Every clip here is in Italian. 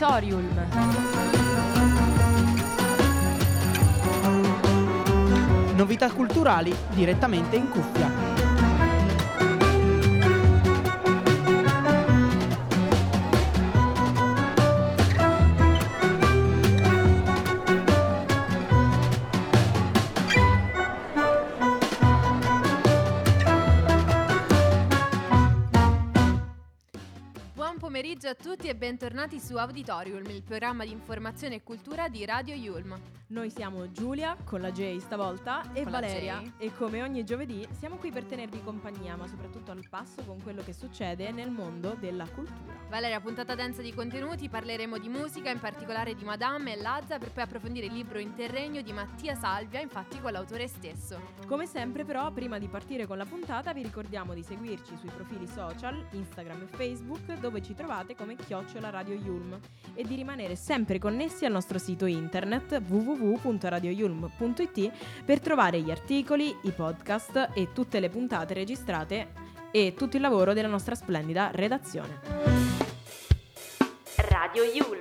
Auditorium. Novità culturali direttamente in cuffia. Buon pomeriggio a tutti e bentornati su Auditorium, il programma di informazione e cultura di Radio Yulm. Noi siamo Giulia, con la J stavolta, e Con la Valeria, J. e come ogni giovedì siamo qui per tenervi compagnia, ma soprattutto al passo con quello che succede nel mondo della cultura. Valeria, puntata densa di contenuti, parleremo di musica, in particolare di Madame e Lazza, per poi approfondire il libro Interregno di Mattia Salvia, infatti con l'autore stesso. Come sempre però, prima di partire con la puntata, vi ricordiamo di seguirci sui profili social, Instagram e Facebook, dove ci trovate come @Radio Yulm, e di rimanere sempre connessi al nostro sito internet www.radioyulm.it per trovare gli articoli, i podcast e tutte le puntate registrate e tutto il lavoro della nostra splendida redazione. Radio Yulm.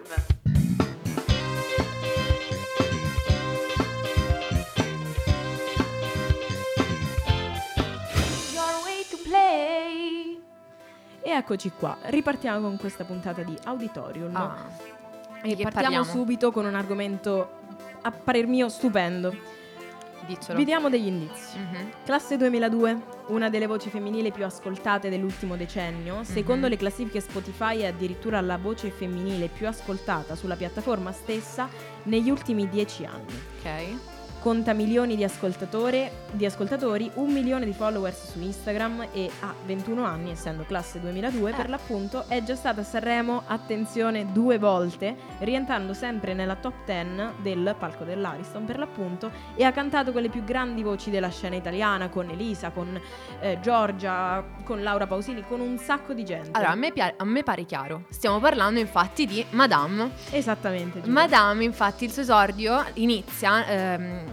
Your way to play. E eccoci qua, ripartiamo con questa puntata di Auditorium. Di E che partiamo parliamo? subito con un argomento, a parer mio, stupendo. Diccelo. Vi diamo degli indizi. Mhm. Classe 2002, una delle voci femminili più ascoltate dell'ultimo decennio. Secondo le classifiche Spotify è addirittura la voce femminile più ascoltata sulla piattaforma stessa negli ultimi 10 anni. Ok. Conta milioni di ascoltatori, 1 milione di followers su Instagram e ha 21 anni, essendo classe 2002 per l'appunto. È già stata a Sanremo, attenzione, 2 volte, rientrando sempre nella top 10 del palco dell'Ariston per l'appunto, e ha cantato con le più grandi voci della scena italiana, con Elisa, con Giorgia, con Laura Pausini, con un sacco di gente. Allora, a me pare chiaro. Stiamo parlando infatti di Madame. Esattamente, Giulia. Madame, infatti, il suo esordio inizia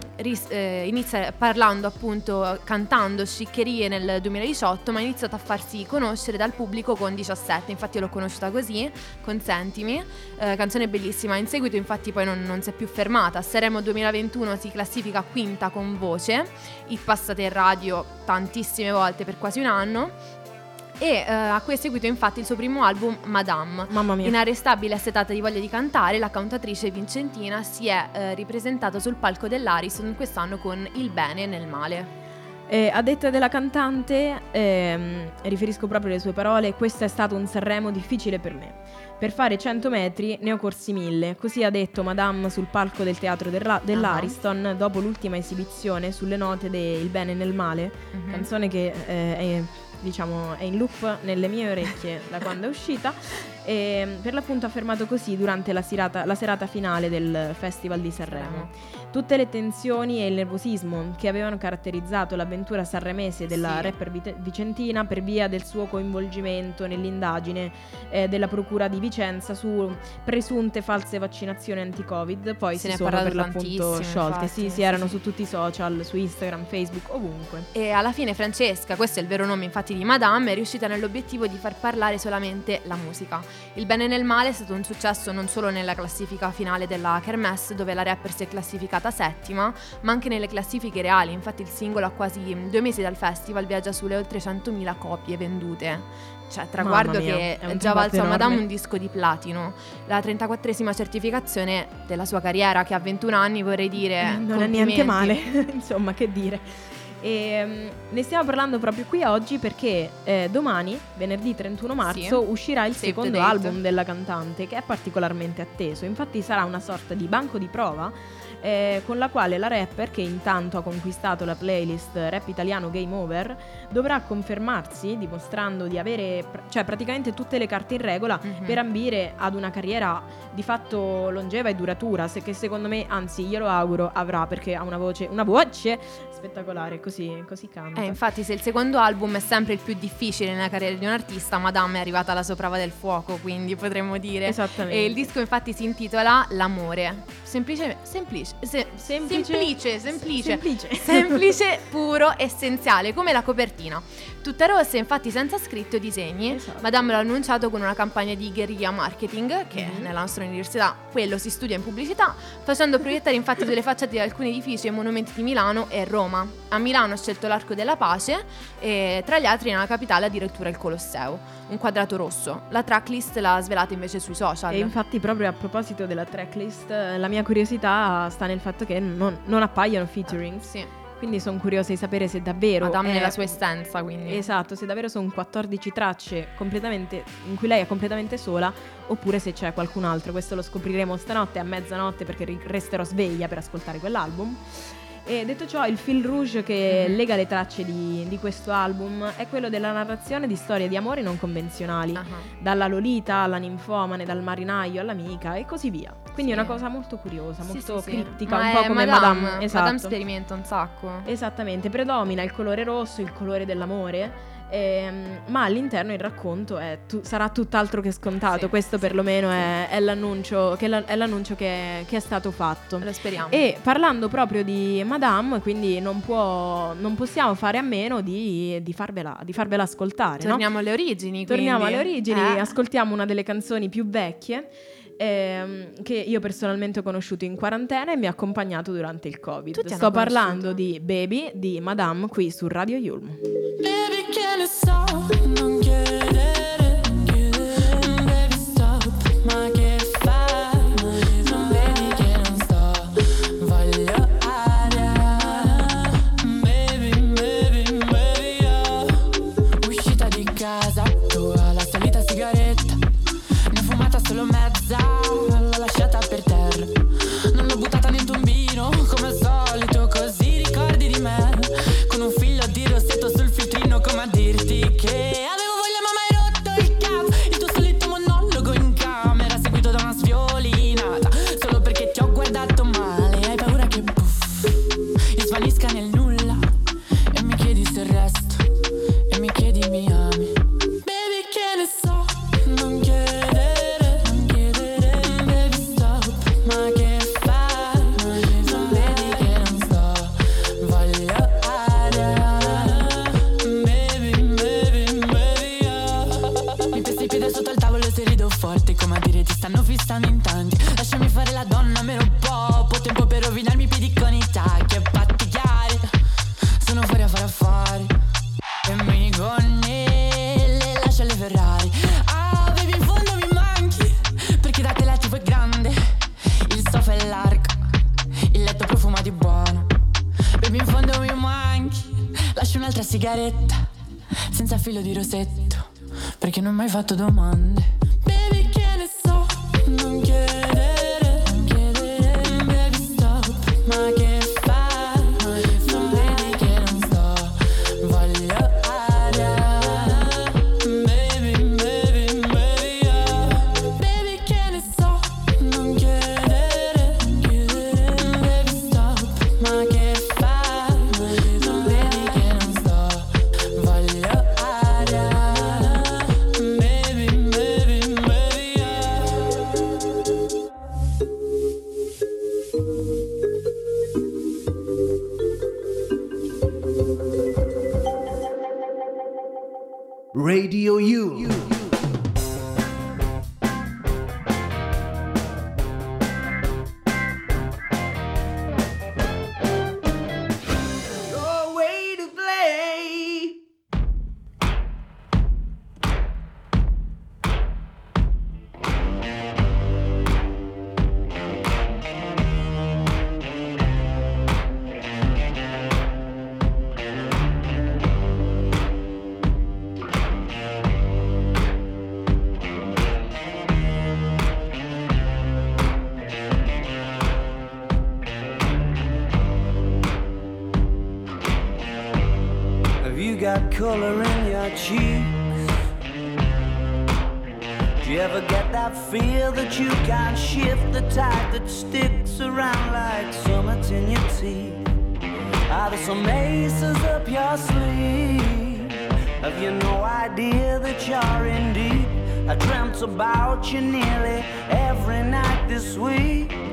parlando appunto, cantando Sciccherie nel 2018, ma ha iniziato a farsi conoscere dal pubblico con 17. Infatti io l'ho conosciuta così, Consentimi, canzone bellissima. In seguito infatti poi non si è più fermata. A Sanremo 2021 si classifica quinta con Voce, il passate in radio tantissime volte per quasi un anno. E a cui è seguito infatti il suo primo album Madame. Mamma mia. Inarrestabile, assetata di voglia di cantare, la cantatrice vicentina si è ripresentata sul palco dell'Ariston quest'anno con Il bene nel male. A detta della cantante, riferisco proprio le sue parole: questo è stato un Sanremo difficile per me. Per fare 100 metri ne ho corsi 1000, così ha detto Madame sul palco del teatro dell'Ariston dopo l'ultima esibizione sulle note de Il bene nel male, canzone che è in loop nelle mie orecchie da quando è uscita. E per l'appunto ha affermato così durante la serata finale del Festival di Sanremo. Tutte le tensioni e il nervosismo che avevano caratterizzato l'avventura sanremese della rapper vicentina per via del suo coinvolgimento nell'indagine della procura di Vicenza su presunte false vaccinazioni anti-Covid, poi Se si ne è sono parlato per l'appunto tantissimo, sciolte. infatti, Sì, erano sì. su tutti i social, su Instagram, Facebook, ovunque. E alla fine Francesca, questo è il vero nome infatti di Madame, è riuscita nell'obiettivo di far parlare solamente la musica. Il bene nel male è stato un successo non solo nella classifica finale della Kermesse, dove la rapper si è classificata settima, ma anche nelle classifiche reali. Infatti il singolo a quasi 2 mesi dal festival viaggia sulle oltre 100.000 copie vendute. Cioè, traguardo Mamma mia, che è un già valso a enorme. Madame un disco di platino. La 34esima certificazione della sua carriera, che a 21 anni vorrei dire Non è niente complimenti. male, insomma, che dire. E ne stiamo parlando proprio qui oggi perché domani, venerdì 31 marzo, uscirà il Save the secondo date. album della cantante, che è particolarmente atteso. Infatti sarà una sorta di banco di prova con la quale la rapper, che intanto ha conquistato la playlist Rap Italiano Game Over, dovrà confermarsi dimostrando di avere praticamente tutte le carte in regola per ambire ad una carriera di fatto longeva e duratura, che secondo me, anzi glielo auguro, avrà, perché ha una voce spettacolare, così canta. Infatti, se il secondo album è sempre il più difficile nella carriera di un artista, Madame è arrivata alla sua prova del fuoco, quindi potremmo dire. Esattamente. E il disco infatti si intitola L'amore. Semplice, semplice, puro, essenziale, come la copertina. Tutta rossa, infatti senza scritto e disegni. Esatto. Madame l'ha annunciato con una campagna di guerriglia marketing, che nella nostra università quello si studia in pubblicità, facendo proiettare infatti sulle facciate di alcuni edifici e monumenti di Milano e Roma. A Milano ha scelto l'Arco della Pace e tra gli altri nella capitale addirittura il Colosseo, un quadrato rosso. La tracklist l'ha svelata invece sui social. E infatti proprio a proposito della tracklist, la mia curiosità sta nel fatto che non appaiono featuring. Sì. Quindi sono curiosa di sapere se davvero Madame nella sua essenza, quindi. Esatto, se davvero sono 14 tracce completamente in cui lei è completamente sola, oppure se c'è qualcun altro. Questo lo scopriremo stanotte a mezzanotte, perché resterò sveglia per ascoltare quell'album. E detto ciò, il fil rouge che lega le tracce di questo album è quello della narrazione di storie di amore non convenzionali, dalla Lolita alla ninfomane, dal marinaio all'amica e così via. Quindi è una cosa molto curiosa, molto criptica, un po' come Madame. Esatto. Madame sperimenta un sacco. Esattamente, predomina il colore rosso, il colore dell'amore. Ma all'interno il racconto sarà tutt'altro che scontato. Questo perlomeno è l'annuncio che è stato fatto. Lo speriamo. E parlando proprio di Madame, quindi non possiamo fare a meno di farvela ascoltare. Torniamo alle origini. Ascoltiamo una delle canzoni più vecchie che io personalmente ho conosciuto in quarantena e mi ha accompagnato durante il Covid. Sto parlando di Baby di Madame qui su Radio Yulm. Baby, che ne so, non chiedere, baby stop, ma che fai? Non vedi che non sto, voglio aria. Baby, oh. Uscita di casa tua, la solita sigaretta, ne ho fumata solo mezza, l'ho lasciata per terra. Non l'ho buttata nel tombino, come al solito, così ricordi di me. Con un filo di rossetto sul filtrino, come a dirti che avevo voglia ma mai rotto il capo. Il tuo solito monologo in camera, seguito da una sviolinata, solo perché ti ho guardato male. Hai paura che io svanisca nel nulla e mi chiedi se resto, e mi chiedi mi ami. Baby, che ne so, non chiedere, baby stop, ma che fai? Non vedi che non sto, voglio aria. Baby, oh. Mi pesi i piedi sotto il tavolo e se rido forte, come a dire ti stanno fissando in tanti. Lasciami fare la donna, meno poco tempo per rovinarmi i piedi con i tacchi e patti chiari. Sono fuori a fare affari e mi gonnelle, lascia le Ferrari. Ah, baby, in fondo mi manchi, perché da te la tipo è grande, il sofa è largo, il letto profuma di buono. Baby, in fondo mi manchi, lascio un'altra sigaretta senza filo di rosetto, perché non mi hai fatto domande. Baby, che ne so, non chiedere, baby stop, ma che fai? Non vedi che non sto, voglio aria. Baby, oh. Baby, che ne so, non chiedere, baby stop, ma che fai? Non vedi che non sto, voglio aria. Baby, oh. Radio U. Your way to play. Have you got color in your cheeks? Do you ever get that feel that you can't shift, the type that sticks around like summits in your teeth? Are there some aces up your sleeve? Have you no idea that you're in deep? I dreamt about you nearly every night this week.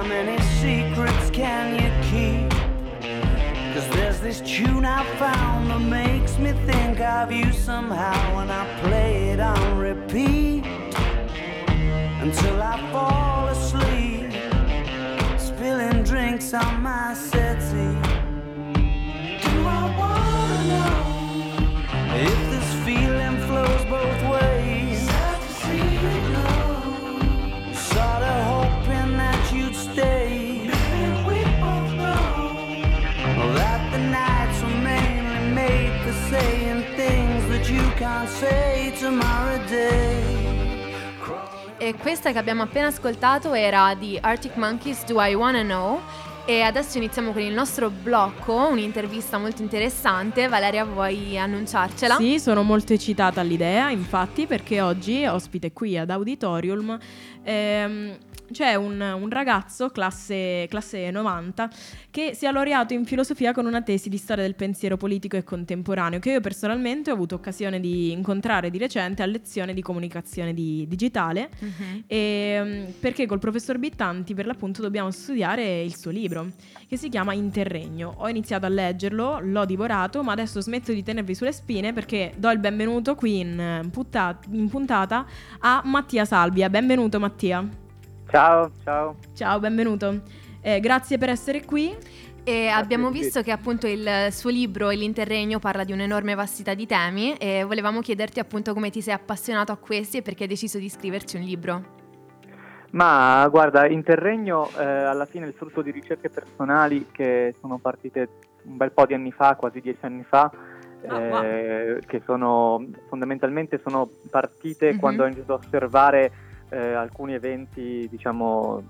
How many secrets can you keep? 'Cause there's this tune I found that makes me think of you somehow, and I play it on repeat until I fall asleep, spilling drinks on my settee. Do I wanna know if this feeling flows both ways? Sad to see you go. Sorta hoping that you'd stay. Maybe we both know that the nights were mainly made for saying things that you can't say tomorrow day. E questa che abbiamo appena ascoltato era di Arctic Monkeys, Do I Wanna Know? E adesso iniziamo con il nostro blocco, un'intervista molto interessante. Valeria, vuoi annunciarcela? Sì, sono molto eccitata all'idea, infatti, perché oggi ospite qui ad Auditorium c'è un ragazzo, classe 90, che si è laureato in filosofia con una tesi di storia del pensiero politico e contemporaneo, che io personalmente ho avuto occasione di incontrare di recente a lezione di comunicazione digitale, perché col professor Bittanti per l'appunto dobbiamo studiare il suo libro, che si chiama Interregno. Ho iniziato a leggerlo, l'ho divorato, ma adesso smetto di tenervi sulle spine perché do il benvenuto qui in puntata a Mattia Salvia. Benvenuto Mattia. Ciao. Ciao, benvenuto. Grazie per essere qui. E abbiamo visto che appunto il suo libro, L'Interregno, parla di un'enorme vastità di temi e volevamo chiederti appunto come ti sei appassionato a questi e perché hai deciso di scriverci un libro. Ma guarda, Interregno alla fine è il frutto di ricerche personali che sono partite un bel po' di anni fa, quasi 10 anni fa, che fondamentalmente sono partite quando ho iniziato a osservare alcuni eventi, diciamo,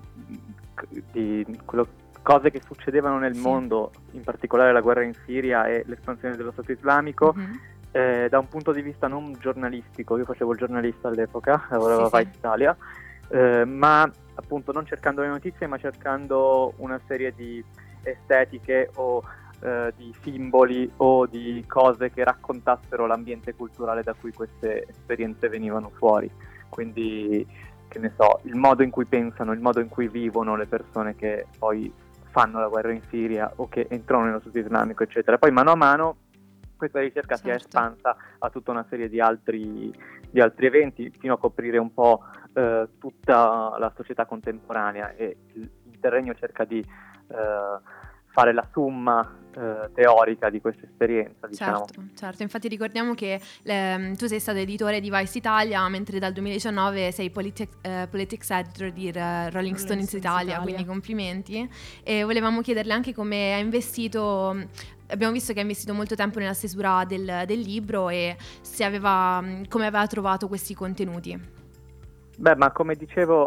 cose che succedevano nel mondo, in particolare la guerra in Siria e l'espansione dello Stato islamico, da un punto di vista non giornalistico. Io facevo il giornalista all'epoca, lavoravo a Vice Italia, ma appunto non cercando le notizie, ma cercando una serie di estetiche o di simboli o di cose che raccontassero l'ambiente culturale da cui queste esperienze venivano fuori. Quindi, che ne so, il modo in cui pensano, il modo in cui vivono le persone che poi fanno la guerra in Siria o che entrano nello Stato islamico, eccetera. Poi mano a mano questa ricerca si è espansa a tutta una serie di altri eventi, fino a coprire un po' tutta la società contemporanea, e Interregno cerca di fare la somma teorica di questa esperienza, diciamo. Certo, infatti ricordiamo che tu sei stato editore di Vice Italia, mentre dal 2019 sei politics editor di Rolling Stones Italia, quindi complimenti. E volevamo chiederle anche come ha investito. Abbiamo visto che ha investito molto tempo nella stesura del libro e come aveva trovato questi contenuti. Beh, ma come dicevo,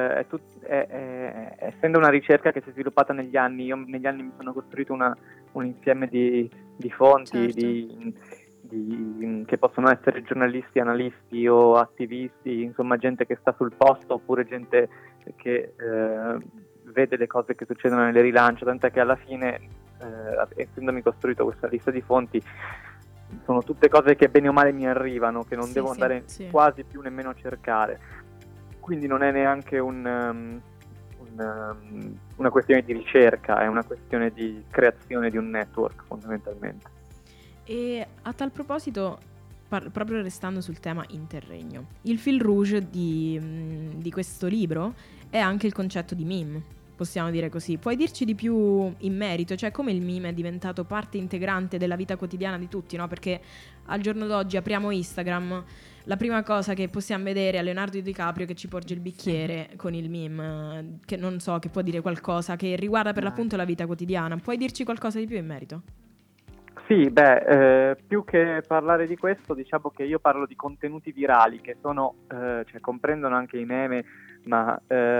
essendo una ricerca che si è sviluppata negli anni, io negli anni mi sono costruito un insieme di fonti, che possono essere giornalisti, analisti o attivisti, insomma gente che sta sul posto oppure gente che vede le cose che succedono nelle rilance, tant'è che alla fine, essendomi costruito questa lista di fonti, sono tutte cose che bene o male mi arrivano, che non devo andare quasi più nemmeno a cercare. Quindi non è neanche una questione di ricerca, è una questione di creazione di un network, fondamentalmente. E a tal proposito, proprio restando sul tema Interregno, il fil rouge di questo libro è anche il concetto di meme, possiamo dire così. Puoi dirci di più in merito, cioè come il meme è diventato parte integrante della vita quotidiana di tutti, no? Perché al giorno d'oggi apriamo Instagram, la prima cosa che possiamo vedere è Leonardo DiCaprio che ci porge il bicchiere con il meme, che non so, che può dire qualcosa che riguarda per l'appunto la vita quotidiana. Puoi dirci qualcosa di più in merito? Sì, più che parlare di questo, diciamo che io parlo di contenuti virali che sono, cioè comprendono anche i meme, ma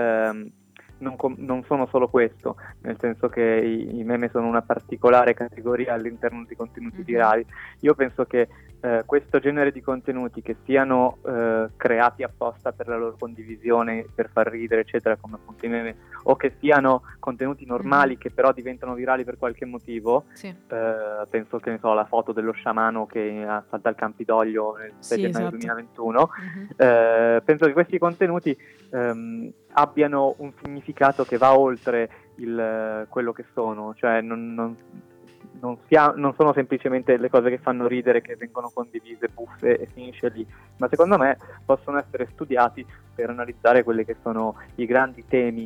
non sono solo questo, nel senso che i meme sono una particolare categoria all'interno di contenuti virali. Io penso che questo genere di contenuti, che siano creati apposta per la loro condivisione, per far ridere, eccetera, come appunto i meme, o che siano contenuti normali che però diventano virali per qualche motivo, penso che ne so, la foto dello sciamano che salta al Campidoglio nel 6 gennaio 2021, penso che questi contenuti abbiano un significato che va oltre quello che sono, cioè non sono semplicemente le cose che fanno ridere, che vengono condivise, buffe e finisce lì, ma secondo me possono essere studiati per analizzare quelli che sono i grandi temi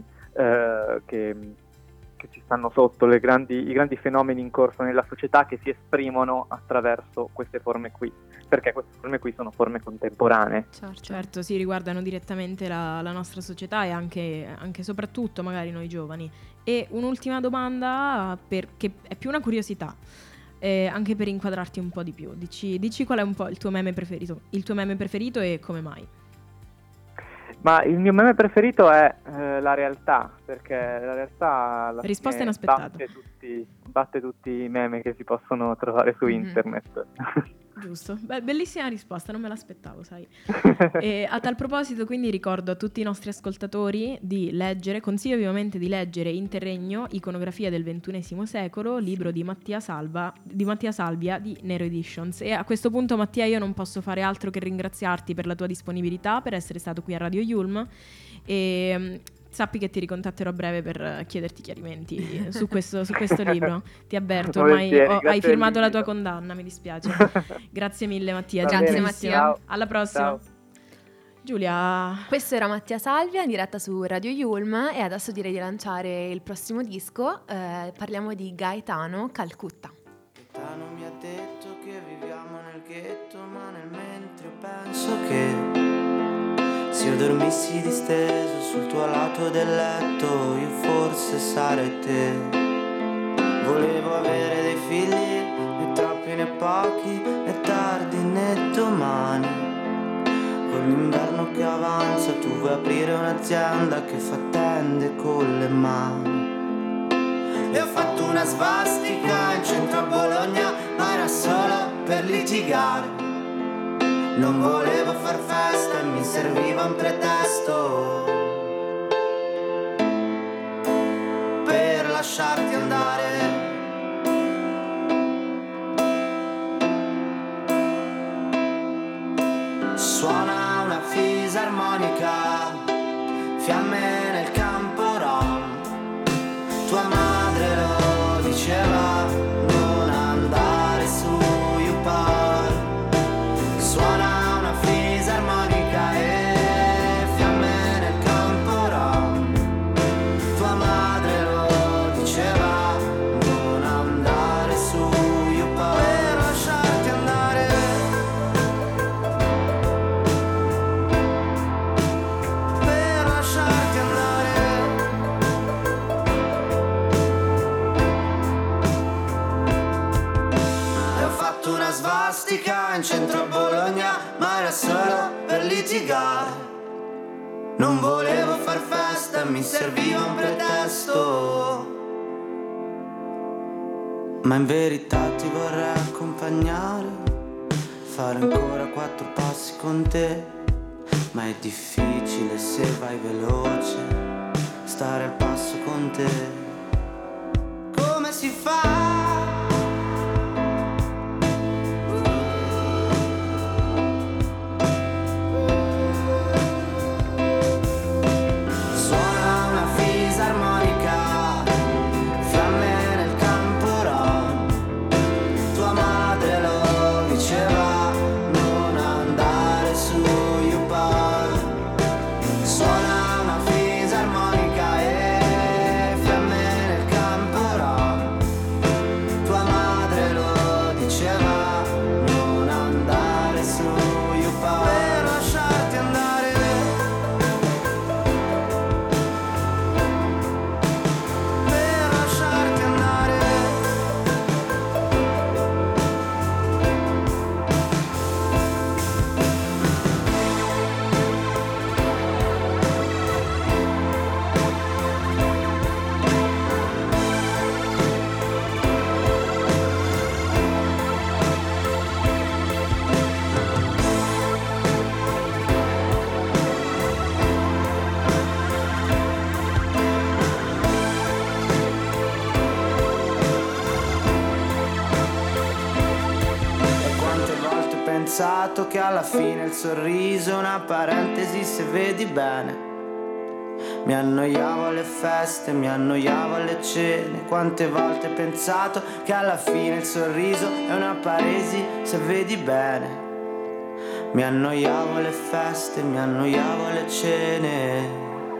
che ci stanno sotto, i grandi fenomeni in corso nella società, che si esprimono attraverso queste forme qui, perché queste forme qui sono forme contemporanee. Certo, si riguardano direttamente la nostra società e anche soprattutto magari noi giovani. E un'ultima domanda, che è più una curiosità, anche per inquadrarti un po' di più. Dici qual è un po' il tuo meme preferito e come mai? Ma il mio meme preferito è la realtà, perché la realtà risposta inaspettata. Batte tutti i meme che si possono trovare su internet. Giusto, bellissima risposta, non me l'aspettavo, sai. E a tal proposito, quindi, ricordo a tutti i nostri ascoltatori di leggere, consiglio vivamente di leggere Interregno, iconografia del XXI secolo, libro di Mattia Salvia di Nero Editions. E a questo punto, Mattia, io non posso fare altro che ringraziarti per la tua disponibilità, per essere stato qui a Radio Yulm, e sappi che ti ricontatterò a breve per chiederti chiarimenti su questo libro. Ti avverto, ormai hai firmato la tua condanna, mi dispiace. Grazie mille, Mattia. Grazie, Mattia. Ciao. Alla prossima. Ciao. Giulia. Questo era Mattia Salvia in diretta su Radio Yulm, e adesso direi di lanciare il prossimo disco. Parliamo di Gaetano, Calcutta. Gaetano mi ha detto che viviamo nel ghetto, ma nel mentre penso che se io dormissi disteso sul tuo lato del letto, io forse sarei te. Volevo avere dei figli, né troppi né pochi, né tardi né domani. Con l'inverno che avanza tu vuoi aprire un'azienda che fa tende con le mani. E ho fatto una svastica in centro a Bologna, ma era solo per litigare. Non volevo far festa e mi serviva un pretesto per lasciarti andare. Suona una fisarmonica, fiamme nel campo rom. Tua madre lo diceva, non andare su YouPorn. Suona una fisarmonica e fiamme nel campo rom. Tua madre lo diceva, non andare su YouPorn per lasciarti andare. Per lasciarti andare. E ho fatto una svastica in centro a Bologna, ma era solo per litigare. Non volevo far festa, mi serviva un pretesto. Ma in verità ti vorrei accompagnare, fare ancora 4 passi con te. Ma è difficile se vai veloce, stare al passo con te. Come si fa? Suona una fisarmonica, fiamme nel campo rom. Tua madre lo diceva, non andare su YouPorn. Suona una fisarmonica e fiamme nel campo rom. Tua madre lo diceva, non andare su YouPorn per lasciarti andare. Per lasciarti andare. E quante volte ho pensato che alla fine il sorriso è una parentesi se vedi bene. Mi annoiavo alle feste, mi annoiavo alle cene. Quante volte ho pensato che alla fine il sorriso è una paresi se vedi bene. Mi annoiavo alle feste, mi annoiavo alle cene.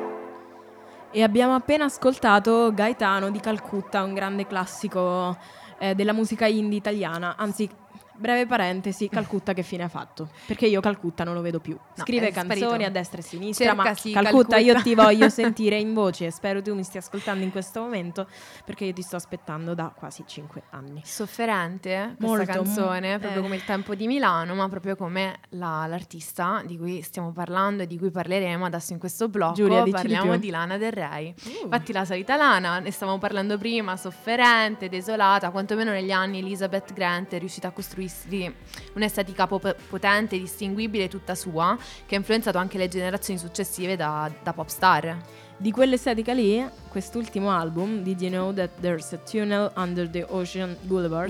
E abbiamo appena ascoltato Gaetano di Calcutta, un grande classico della musica indie italiana. Anzi, breve parentesi, Calcutta che fine ha fatto? Perché io Calcutta non lo vedo più. No, Scrive è canzoni sparito. a destra e a sinistra, ma Cercasi Calcutta Calcutta. io ti voglio sentire in voce. Spero tu mi stia ascoltando in questo momento, perché io ti sto aspettando da quasi 5 anni. Sofferente questa Molto, canzone, proprio come Il tempo di Milano, ma proprio come l'artista di cui stiamo parlando e di cui parleremo adesso in questo blocco. Giulia, dici parliamo di di più. Lana Del Rey. Infatti la solita Lana, ne stavamo parlando prima, sofferente, desolata, quantomeno negli anni Elizabeth Grant è riuscita a costruirsi un'estetica potente, distinguibile, tutta sua, che ha influenzato anche le generazioni successive da pop star. Di quell'estetica lì, quest'ultimo album, Did You Know That There's a Tunnel Under the Ocean Boulevard?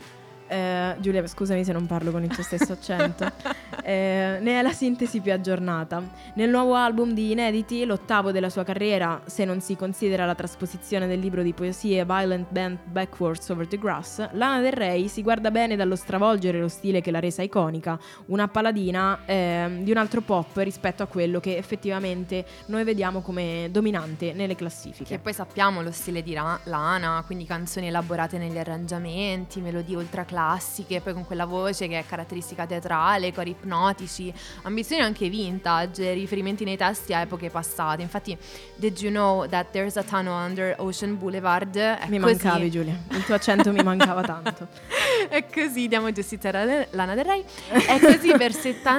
Giulia, scusami se non parlo con il tuo stesso accento. Ne è la sintesi più aggiornata. Nel nuovo album di inediti, l'8º della sua carriera, se non si considera la trasposizione del libro di poesie Violent Bend Backwards Over the Grass, Lana Del Rey si guarda bene dallo stravolgere lo stile che l'ha resa iconica, una paladina di un altro pop rispetto a quello che effettivamente noi vediamo come dominante nelle classifiche. Che poi sappiamo lo stile di Lana, quindi canzoni elaborate negli arrangiamenti, melodie ultraclassiche, poi con quella voce che è caratteristica teatrale, cori ipnotici, ambizioni anche vintage, riferimenti nei testi a epoche passate. Infatti Did You Know That There's a Tunnel Under Ocean Boulevard è Mi così. mancavi, Giulia, il tuo accento mi mancava tanto. È così, diamo giustizia a Lana Del Rey. È così per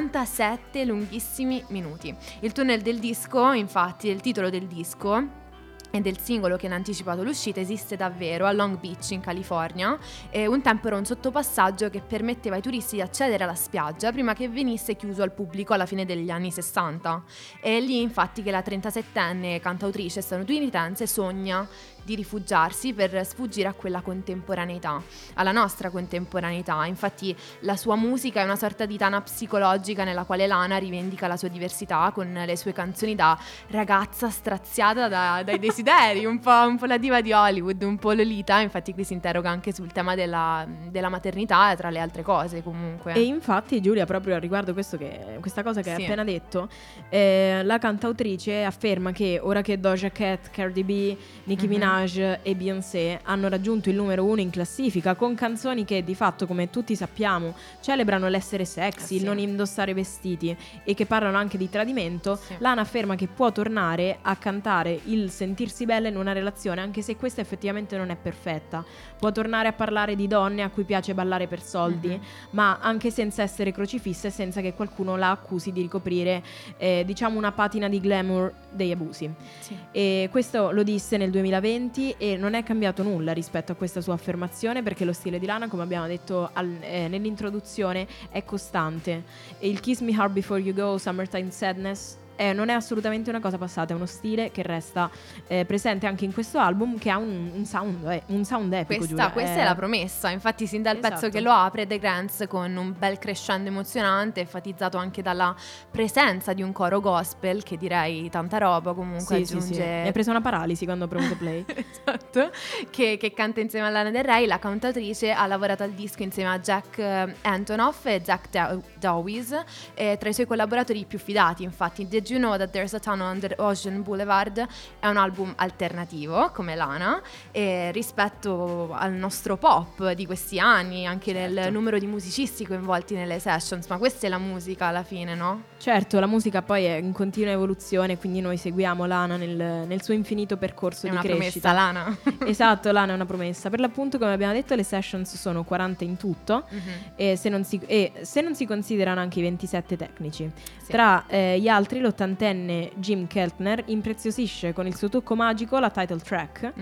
77 lunghissimi minuti. Il tunnel del disco, infatti, il titolo del disco e del singolo che ne ha anticipato l'uscita, esiste davvero a Long Beach in California. Un tempo era un sottopassaggio che permetteva ai turisti di accedere alla spiaggia prima che venisse chiuso al pubblico alla fine degli anni 60. È lì infatti che la 37enne cantautrice statunitense sogna di rifugiarsi per sfuggire a quella contemporaneità, alla nostra contemporaneità. Infatti la sua musica è una sorta di tana psicologica nella quale Lana rivendica la sua diversità con le sue canzoni da ragazza straziata dai desideri, un po' la diva di Hollywood, un po' Lolita. Infatti qui si interroga anche sul tema della maternità, tra le altre cose comunque. E infatti Giulia, proprio riguardo questa cosa che hai Sì. appena detto, la cantautrice afferma che ora che Doja Cat, Cardi B, Nicki Minaj e Beyoncé hanno raggiunto il numero 1 in classifica con canzoni che di fatto, come tutti sappiamo, celebrano l'essere sexy, il Sì. non indossare vestiti e che parlano anche di tradimento, Sì. Lana afferma che può tornare a cantare il sentirsi bella in una relazione, anche se questa effettivamente non è perfetta. Può tornare a parlare di donne a cui piace ballare per soldi, ma anche senza essere crocifissa e senza che qualcuno la accusi di ricoprire diciamo una patina di glamour degli abusi. Sì. E questo lo disse nel 2020 e non è cambiato nulla rispetto a questa sua affermazione, perché lo stile di Lana, come abbiamo detto nell'introduzione, è costante. E il Kiss Me Hard Before You Go, Summertime Sadness, non è assolutamente una cosa passata, è uno stile che resta presente anche in questo album, che ha un sound epico. Giulia. Questa è la promessa, infatti sin dal Esatto. pezzo che lo apre The Grants con un bel crescendo emozionante, enfatizzato anche dalla presenza di un coro gospel che direi tanta roba comunque Sì, aggiunge. mi è presa una paralisi quando ho premuto play. Esatto, che canta insieme a Lana Del Rey. La cantautrice ha lavorato al disco insieme a Jack Antonoff e Zach Dawes, tra i suoi collaboratori più fidati. Infatti Did You Know That There's a Tunnel Under Ocean Boulevard è un album alternativo come Lana, rispetto al nostro pop di questi anni, anche nel numero di musicisti coinvolti nelle sessions. Ma questa è la musica alla fine, no? Certo, la musica poi è in continua evoluzione, quindi noi seguiamo Lana nel suo infinito percorso È di una crescita. promessa, Lana. Esatto, Lana è una promessa. Per l'appunto, come abbiamo detto, le sessions sono 40 in tutto, e se non si considerano anche i 27 tecnici. Sì. Tra gli altri, l'80enne Jim Keltner impreziosisce con il suo tocco magico la title track.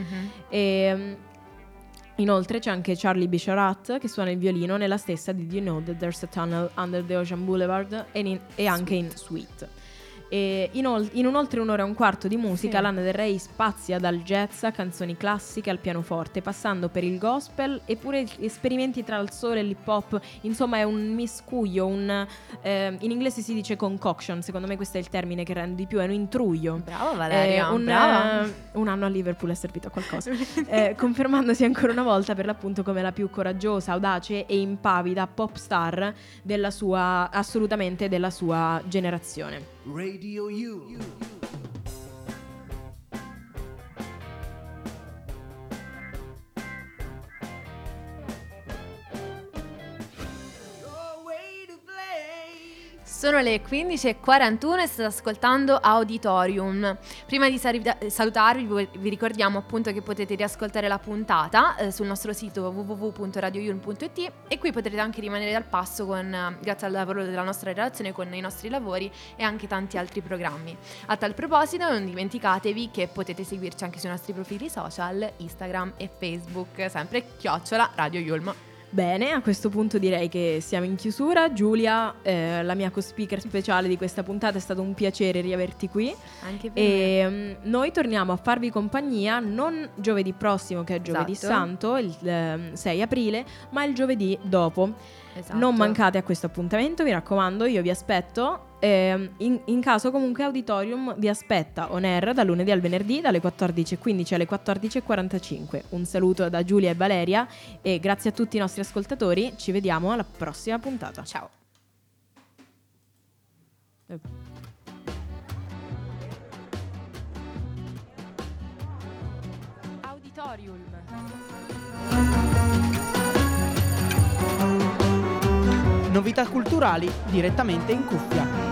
E inoltre c'è anche Charlie Bisharat che suona il violino nella stessa Did You Know That There's a Tunnel Under the Ocean Boulevard e anche in Sweet. E in oltre un'ora e un quarto di musica, Sì. Lana Del Rey spazia dal jazz a canzoni classiche al pianoforte, passando per il gospel e pure esperimenti tra il soul e l'hip hop. Insomma, è un miscuglio, in inglese si dice concoction, secondo me questo è il termine che rende di più, è un intruglio. Brava Valeria, brava. Un anno a Liverpool è servito a qualcosa. Confermandosi ancora una volta per l'appunto come la più coraggiosa, audace e impavida pop star assolutamente della sua generazione. Radio U. Sono le 15:41 e state ascoltando Auditorium. Prima di salutarvi vi ricordiamo appunto che potete riascoltare la puntata sul nostro sito www.radioyulm.it e qui potrete anche rimanere al passo grazie al lavoro della nostra redazione con i nostri lavori e anche tanti altri programmi. A tal proposito non dimenticatevi che potete seguirci anche sui nostri profili social, Instagram e Facebook, sempre @Radio Yulm. Bene, a questo punto direi che siamo in chiusura. Giulia, la mia co-speaker speciale di questa puntata, è stato un piacere riaverti qui. Anche per me. Noi torniamo a farvi compagnia non giovedì prossimo, che è giovedì Esatto. santo, il 6 aprile, ma il giovedì dopo. Esatto. Non mancate a questo appuntamento, mi raccomando, io vi aspetto. In caso comunque Auditorium vi aspetta on air dal lunedì al venerdì dalle 14:15 alle 14:45. Un saluto da Giulia e Valeria e grazie a tutti i nostri ascoltatori, ci vediamo alla prossima puntata. Ciao. Auditorium. Novità culturali direttamente in cuffia.